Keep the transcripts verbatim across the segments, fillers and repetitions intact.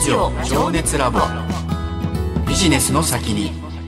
ジオ情熱ラボ、ビジネスの先に。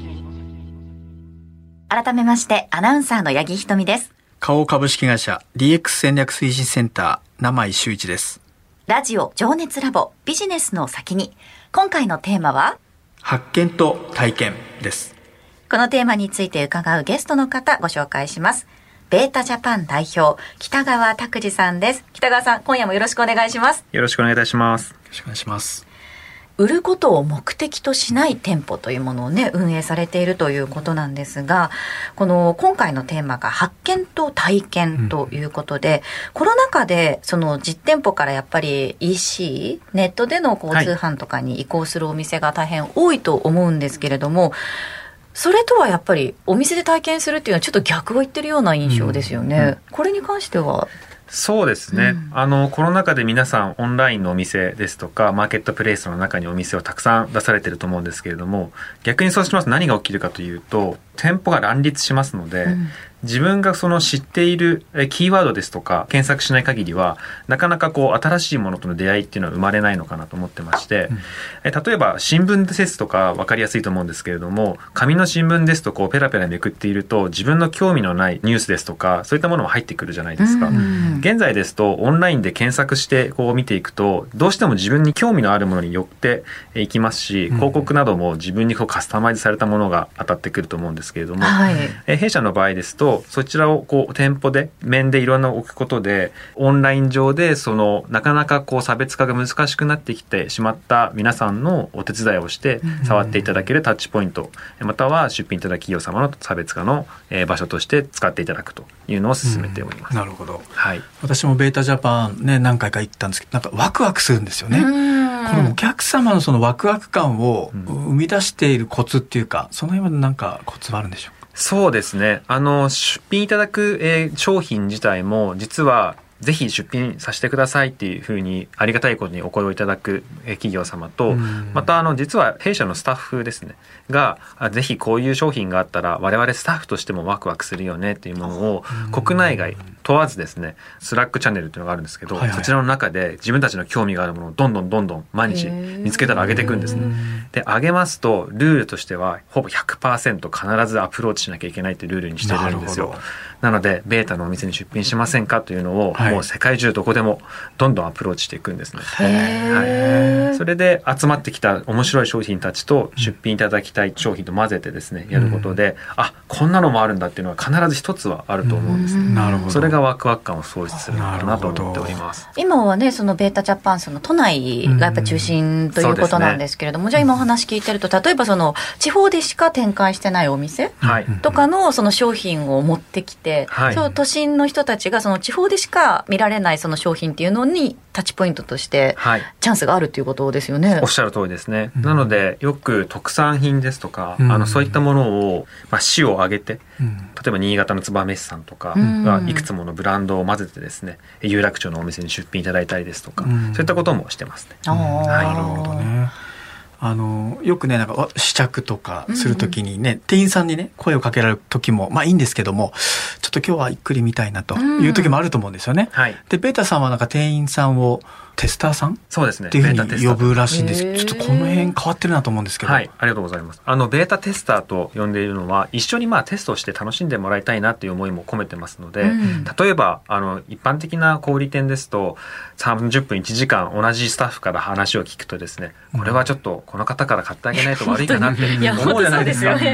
改めましてアナウンサーの八木ひとみです。 花王株式会社 ディーエックス 戦略推進センター生井修一です。 ラジオ情熱ラボ、ビジネスの先に。今回のテーマは発見と体験です。 このテーマについて伺うゲストの方ご紹介します。ベータジャパン代表北川拓司さんです。北川さん、今夜もよろしくお願いします。 よろしくお願いいたします。 よろしくお願いします。 売ることを目的としない店舗というものをね運営されているということなんですが、この今回のテーマが発見と体験ということで、うん、コロナ禍でその実店舗からやっぱり イーシー ネットでのこう通販とかに移行するお店が大変多いと思うんですけれども、それとはやっぱりお店で体験するっていうのはちょっと逆を言ってるような印象ですよね、うんうん、これに関しては。 そうですね、うん、あのコロナ禍で皆さんオンラインのお店ですとかマーケットプレイスの中にお店をたくさん出されていると思うんですけれども、逆にそうしますと何が起きるかというと、店舗が乱立しますので、うん、自分がその知っているキーワードですとか検索しない限りはなかなかこう新しいものとの出会いっていうのは生まれないのかなと思ってまして、うん、え例えば新聞ですとか分かりやすいと思うんですけれども、紙の新聞ですとこうペラペラめくっていると自分の興味のないニュースですとかそういったものも入ってくるじゃないですか、うん、現在ですとオンラインで検索してこう見ていくとどうしても自分に興味のあるものに寄っていきますし、広告なども自分にこうカスタマイズされたものが当たってくると思うんですけれども、はい、え弊社の場合ですとそちらをこう店舗で面でいろんな置くことでオンライン上でそのなかなかこう差別化が難しくなってきてしまった皆さんのお手伝いをして触っていただけるタッチポイント、または出品いただく企業様の差別化の場所として使っていただくというのを進めております、 うん、なるほど、 はい、 私もベータジャパンね何回か行ったんですけど、なんかワクワクするんですよね。このお客様のそのワクワク感を生み出しているコツっていうか、その辺は何かコツはあるんでしょうか。 そうですね、あの出品いただく、えー、商品自体も実はぜひ出品させてくださいっていうふうにありがたいことにお声をいただく企業様と、またあの実は弊社のスタッフですねがぜひこういう商品があったら我々スタッフとしてもワクワクするよねっていうものを国内外問わずですね、スラックチャンネルっていうのがあるんですけど、はいはい、そちらの中で自分たちの興味があるものをどんどんどんどん毎日見つけたら上げていくんですね。で上げますとルールとしてはほぼ ひゃくパーセント 必ずアプローチしなきゃいけないっていうルールにしてるんですよ。なのでベータのお店に出品しませんかというのを、はい、もう世界中どこでもどんどんアプローチしていくんですね。はい、それで集まってきた面白い商品たちと出品いただきたい商品と混ぜてですねやることで、うん、あこんなのもあるんだっていうのは必ず一つはあると思うんですね。うん、なるほど。それがワクワク感を創出するのかなと思っております。 今はねそのベータジャパンその都内がやっぱ中心ということなんですけれども、うんね、じゃあ今お話聞いてると例えばその地方でしか展開してないお店とかのその商品を持ってきて、はい、そう都心の人たちがその地方でしか見られないその商品っていうのにタッチポイントとしてチャンスがあるということですよね。はい、 おっしゃる通りですね。うん、なのでよく特産品ですとか、うん、あのそういったものを、まあ、市を挙げて、うん、例えば新潟の燕市さんとかがいくつものブランドを混ぜてですね、うん、有楽町のお店に出品いただいたりですとか、うん、そういったこともしてますね。 うん、はい、なるほどね。あのよくねなんか試着とかするときにね、うん、店員さんにね声をかけられる時もまあいいんですけども、ちょっと今日はゆっくり見たいなという時もあると思うんですよね。うん、はい、でベータさんはなんか店員さんをテスターさんそうですねっていうふうに呼ぶらしいんですけど、ちょっとこの辺変わってるなと思うんですけど。 はい、ありがとうございます。あのベータテスターと呼んでいるのは一緒にまあテストをして楽しんでもらいたいなっていう思いも込めてますので、うん、例えばあの一般的な小売店ですとさんじゅっぷんいちじかん同じスタッフから話を聞くとですね、これはちょっとこの方から買ってあげないと悪いかなって思うじゃないですか。はい、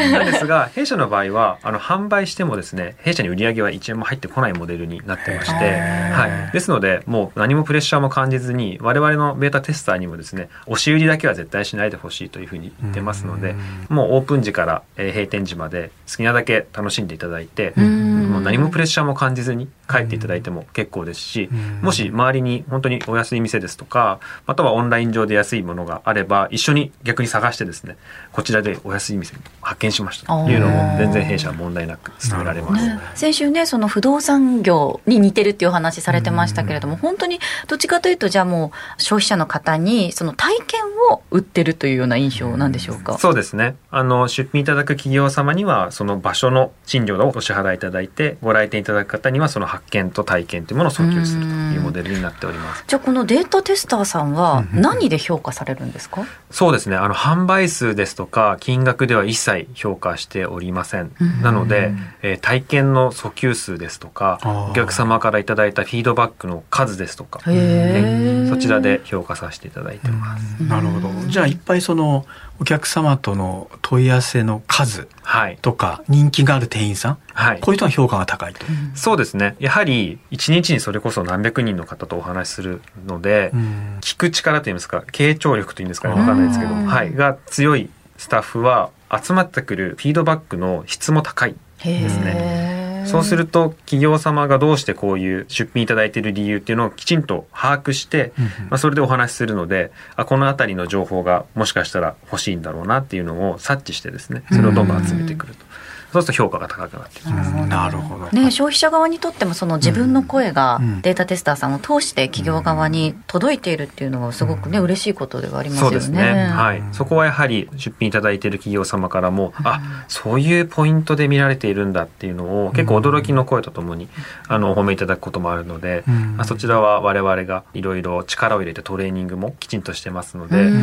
なんですが弊社の場合はあの販売してもですね弊社に売り上げはいちえんも入ってこないモデルになってまして、はい、ですのでもう何もプレッシャーも感じずに我々のベータテスターにもですね押し売りだけは絶対しないでほしいというふうに言ってますので、もうオープン時から閉店時まで好きなだけ楽しんでいただいて、もう何もプレッシャーも感じずに帰っていただいても結構ですし、もし周りに本当にお安い店ですとかまたはオンライン上で安いものがあれば一緒に逆に探してですねこちらでお安い店発見しましたというのも全然弊社は問題なく進められます。 ね、先週ねその不動産業に似てるっていうお話されてましたけれども、本当にどっちかというとじゃあもう消費者の方にその体験を売ってるというような印象なんでしょうか。 そうですね、あの出品いただく企業様にはその場所の賃料をお支払いいただいてでご来店いただく方にはその発見と体験というものを訴求するというモデルになっております。 じゃあこのデータテスターさんは何で評価されるんですか？ そうですね、あの販売数ですとか金額では一切評価しておりません。なので、えー、体験の訴求数ですとかお客様からいただいたフィードバックの数ですとか、ね、そちらで評価させていただいてます。 なるほど。じゃあいっぱいそのお客様との問い合わせの数とか人気がある店員さん、はい、こういう人は評価が高いと、うん、 そうですね。やはりいちにちにそれこそ何百人の方とお話しするので、うん、聞く力といいますか傾聴力というんですかね、分かんないですけど、はい、が強いスタッフは集まってくるフィードバックの質も高いですね。そうすると企業様がどうしてこういう出品いただいている理由っていうのをきちんと把握して、うんうん、まあ、それでお話しするので、あ、このあたりの情報がもしかしたら欲しいんだろうなっていうのを察知してですね、それをどんどん集めてくると。そうすると評価が高くなってきます。 なるほど、 ね、消費者側にとってもその自分の声がデータテスターさんを通して企業側に届いているっていうのはすごくね、嬉しいことではありますよね。 そうですね、はい、そこはやはり出品いただいている企業様からも、うん、あ、そういうポイントで見られているんだっていうのを結構驚きの声とともにあのお褒めいただくこともあるので、うん、まあ、そちらは我々がいろいろ力を入れてトレーニングもきちんとしてますので、うん、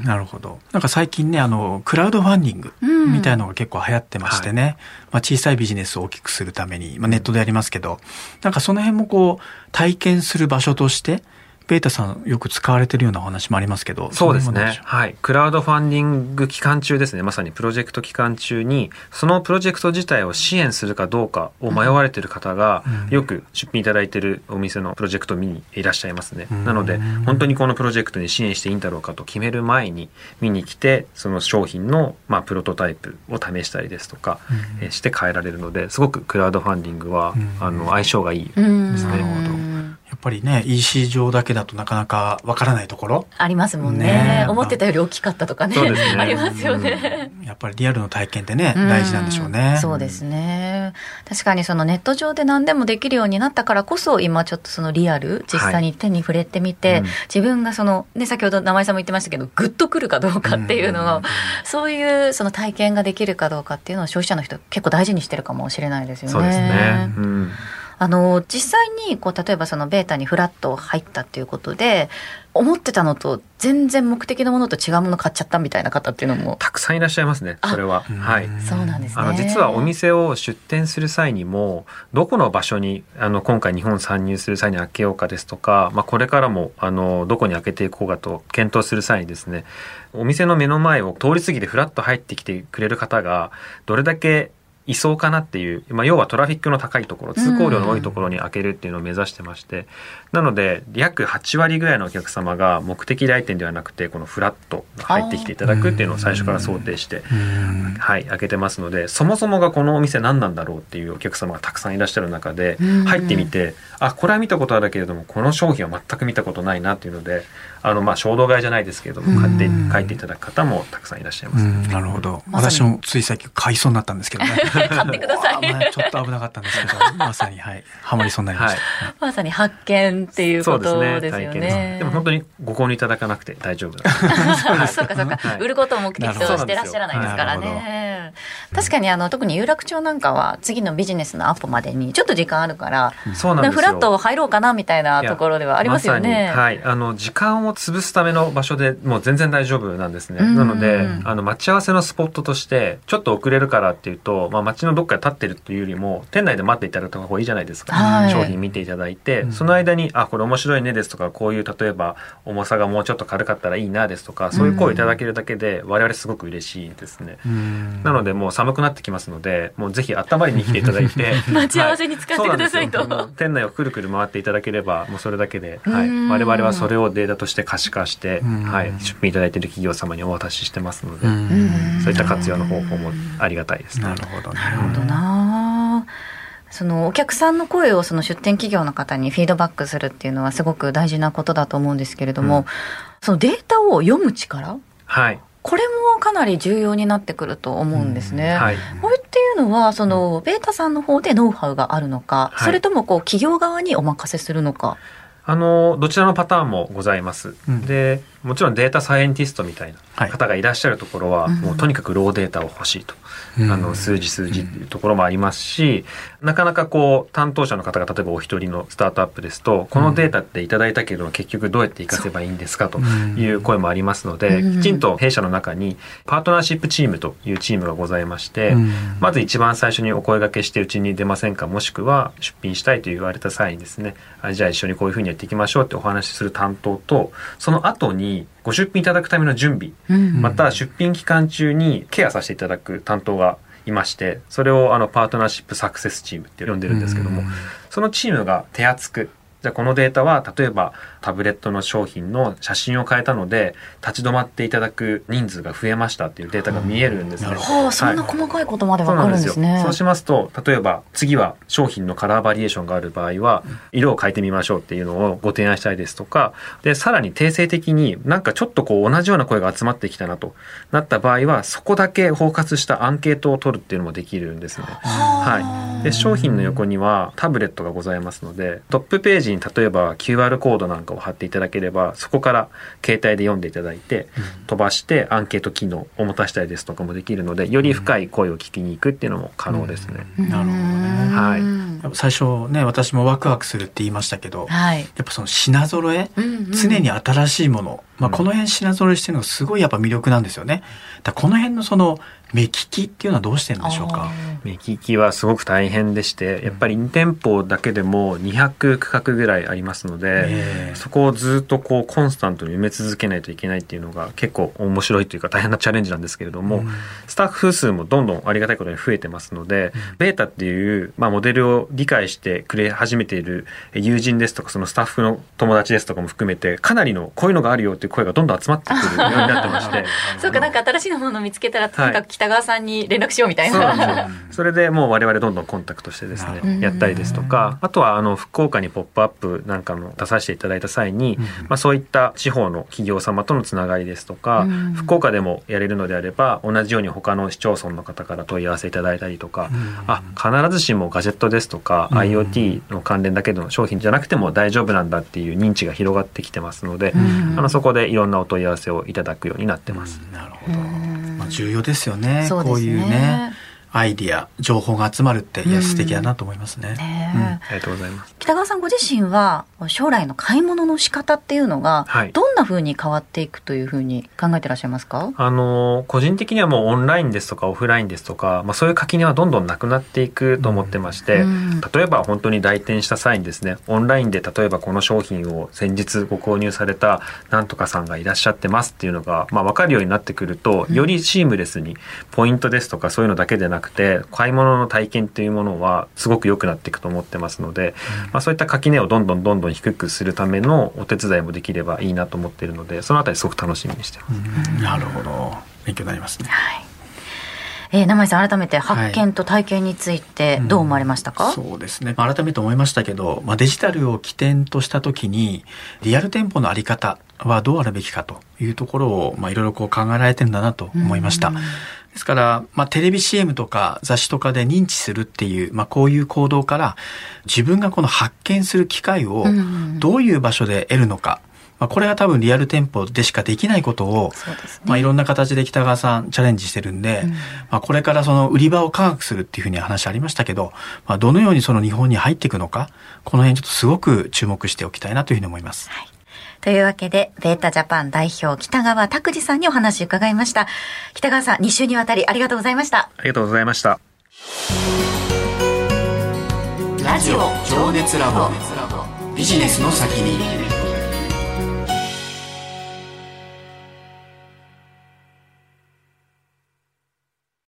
なるほど。なんか最近ね、あのクラウドファンディングみたいなのが結構流行ってましてね、うん、はい、まあ、小さいビジネスを大きくするために、まあ、ネットでやりますけど、なんかその辺もこう体験する場所としてベータさんよく使われてるようなお話もありますけど。 そうですね、はい、クラウドファンディング期間中ですね、まさにプロジェクト期間中にそのプロジェクト自体を支援するかどうかを迷われている方がよく出品いただいているお店のプロジェクトを見にいらっしゃいますね、うん、なので本当にこのプロジェクトに支援していいんだろうかと決める前に見に来て、その商品のまあプロトタイプを試したりですとか、うん、して変えられるので、すごくクラウドファンディングは、うん、あの相性がいいですね、うん、なるほど。 やっぱりね イーシー 上だけだとなかなかわからないところありますもん ね, ね思ってたより大きかったとか ね, ねありますよね、 うん、やっぱりリアルの体験ってね、うん、大事なんでしょうね。 そうですね。確かにそのネット上で何でもできるようになったからこそ、今ちょっとそのリアル実際に手に触れてみて、はい、うん、自分がその、ね、先ほど名前さんも言ってましたけどグッとくるかどうかっていうのを、うん、そういうその体験ができるかどうかっていうのを消費者の人結構大事にしてるかもしれないですよね。 そうですね、うん、 あの実際にこう例えばそのベータにフラッと入ったっていうことで、思ってたのと全然目的のものと違うもの買っちゃったみたいな方っていうのもたくさんいらっしゃいますね。それは、はい、 そうなんですね。 あの実はお店を出店する際にも、どこの場所にあの今回日本参入する際に開けようかですとか、まあ、これからもあのどこに開けていこうかと検討する際にですね、お店の目の前を通り過ぎてフラッと入ってきてくれる方がどれだけいそうかなっていう、まあ、要はトラフィックの高いところ、通行量の多いところに開けるっていうのを目指してまして、なので約はちわりぐらいのお客様が目的来店ではなくてこのフラット入ってきていただくっていうのを最初から想定して、はい、開けてますので、そもそもがこのお店何なんだろうっていうお客様がたくさんいらっしゃる中で、入ってみて、あ、これは見たことあるけれどもこの商品は全く見たことないなっていうので、あのまあ衝動買いじゃないですけれども買って帰っていただく方もたくさんいらっしゃいます、ね、 なるほど。私もつい最近買いそうになったんですけどね買ってくださいちょっと危なかったんですけどまさに、はい、ハマりそうになりました、はい、 まさに発見っていうことですよ ね, ね。でも本当にご購入いただかなくて大丈夫だそうかそうか、はい、売ることを目的としてらっしゃらないですからね。確かにあの特に有楽町なんかは次のビジネスのアポまでにちょっと時間あるから、 そうなんですよ、 フラット入ろうかなみたいなところではありますよね。 ま、はい、あの時間を潰すための場所でもう全然大丈夫なんですね。なのであの待ち合わせのスポットとしてちょっと遅れるからっていうと、まあ、街のどっかで立ってるというよりも店内で待っていただいた方がいいじゃないですか、はい、商品見ていただいて、うん、その間にあこれ面白いねですとか、こういう例えば重さがもうちょっと軽かったらいいなですとか、そういう声をいただけるだけで我々すごく嬉しいですね、うん、なのでもう寒くなってきますので、もうぜひ温まりに来ていただいて待ち合わせに使ってくださいと、 はい、店内をくるくる回っていただければもうそれだけで、はい、我々はそれをデータとして可視化して、はい、出品いただいている企業様にお渡ししてますので、そういった活用の方法もありがたいですね。 なるほどね。 なるほどな。そのお客さんの声をその出店企業の方にフィードバックするっていうのはすごく大事なことだと思うんですけれども、うん、そのデータを読む力、 はい、 これもかなり重要になってくると思うんですね、うん、はい、これっていうのはそのベータさんの方でノウハウがあるのか、はい、それともこう企業側にお任せするのか。 あのどちらのパターンもございます、うん、でもちろんデータサイエンティストみたいな方がいらっしゃるところは、はい、もうとにかくローデータを欲しいと、うん、あの数字数字っていうところもありますし、うん、なかなかこう担当者の方が例えばお一人のスタートアップですと、このデータっていただいたけど結局どうやって活かせばいいんですかという声もありますので、きちんと弊社の中にパートナーシップチームというチームがございまして、うん、まず一番最初にお声掛けしてうちに出ませんか、もしくは出品したいと言われた際にですね、あじゃあ一緒にこういうふうにやっていきましょうってお話しする担当と、その後にご出品いただくための準備、うん、また出品期間中にケアさせていただく担当がいまして、それをあのパートナーシップサクセスチームって呼んでるんですけども、うん、そのチームが手厚く、じゃあこのデータは例えばタブレットの商品の写真を変えたので立ち止まっていただく人数が増えましたっていうデータが見えるんですね。 はあ、そんな細かいことまでわかるんですね。 そうなんですよ。そうしますと、例えば次は商品のカラーバリエーションがある場合は色を変えてみましょうっていうのをご提案したいですとか、でさらに定性的になんかちょっとこう同じような声が集まってきたなとなった場合は、そこだけ包括したアンケートを取るっていうのもできるんですね。はい。で商品の横にはタブレットがございますので、トップページに例えば キューアール コードなんかを貼っていただければ、そこから携帯で読んでいただいて、飛ばしてアンケート機能を持たせたりですとかもできるので、より深い声を聞きに行くっていうのも可能ですね。 うんうん、なるほどね。はい。やっぱ最初ね、私もワクワクするって言いましたけど、はい、やっぱその品揃え、うんうん、常に新しいもの、まあ、この辺品揃えしてるのがすごいやっぱ魅力なんですよね。だこの辺のその目利きっていうのはどうしてるんでしょうか。 目利きはすごく大変でして、やっぱりに店舗だけでもにひゃく区画ぐらいありますので、そこをずっとこうコンスタントに埋め続けないといけないっていうのが結構面白いというか大変なチャレンジなんですけれども、うん、スタッフ数もどんどんありがたいことに増えてますので、うん、ベータっていう、まあ、モデルを理解してくれ始めている友人ですとか、そのスタッフの友達ですとかも含めて、かなりのこういうのがあるよっていう声がどんどん集まってくるようになってましてそうか、なんか新しいものを見つけたらとにかく北川さんに連絡しようみたいな、 はい、そ, それでもう我々どんどんコンタクトしてですねやったりですとか、あとはあの福岡にポップアップなんかも出させていただいた際に、うんまあ、そういった地方の企業様とのつながりですとか、うん、福岡でもやれるのであれば同じように他の市町村の方から問い合わせいただいたりとか、うん、あ必ずしもガジェットですとか、うん、IoT の関連だけの商品じゃなくても大丈夫なんだっていう認知が広がってきてますので、うん、あのそこでいろんなお問い合わせをいただくようになってます。 うん、なるほど、まあ、重要ですよね。そうですね、こういうねアイディア情報が集まるっていや素敵だなと思いますね。うんねうん、ありがとうございます。 北川さんご自身は将来の買い物の仕方っていうのがどんな風に変わっていくという風に考えてらっしゃいますか？ あの個人的にはもうオンラインですとかオフラインですとか、まあ、そういう垣根はどんどんなくなっていくと思ってまして、うん、例えば本当に来店した際にですね、オンラインで例えばこの商品を先日ご購入されたなんとかさんがいらっしゃってますっていうのが、まあ、分かるようになってくると、よりシームレスにポイントですとかそういうのだけでなくて買い物の体験というものはすごく良くなっていくと思ってますので、うんまあ、そういった垣根をどんどんどんどん低くするためのお手伝いもできればいいなと思っているので、そのあたりすごく楽しみにしてます。 うん、なるほど、勉強になりますね。 はい。えー、名前さん改めて発見と体験についてどう思われましたか？ はいうん、そうですね、改めて思いましたけど、まあ、デジタルを起点とした時にリアル店舗のあり方はどうあるべきかというところを、まあ、いろいろこう考えられてるんだなと思いました。ですから、まあ、テレビ シーエム とか雑誌とかで認知するっていう、まあ、こういう行動から自分がこの発見する機会をどういう場所で得るのか、まあ、これが多分リアル店舗でしかできないことを、そうですね、まあ、いろんな形で北川さんチャレンジしてるんで、うんまあ、これからその売り場を科学するっていうふうに話ありましたけど、まあ、どのようにその日本に入っていくのか、この辺ちょっとすごく注目しておきたいなというふうに思います。 はい、というわけでベータジャパン代表北川拓司さんにお話を伺いました。北川さん、に週にわたりありがとうございました。 ありがとうございました。 ラジオ情熱ラボ、ビジネスの先に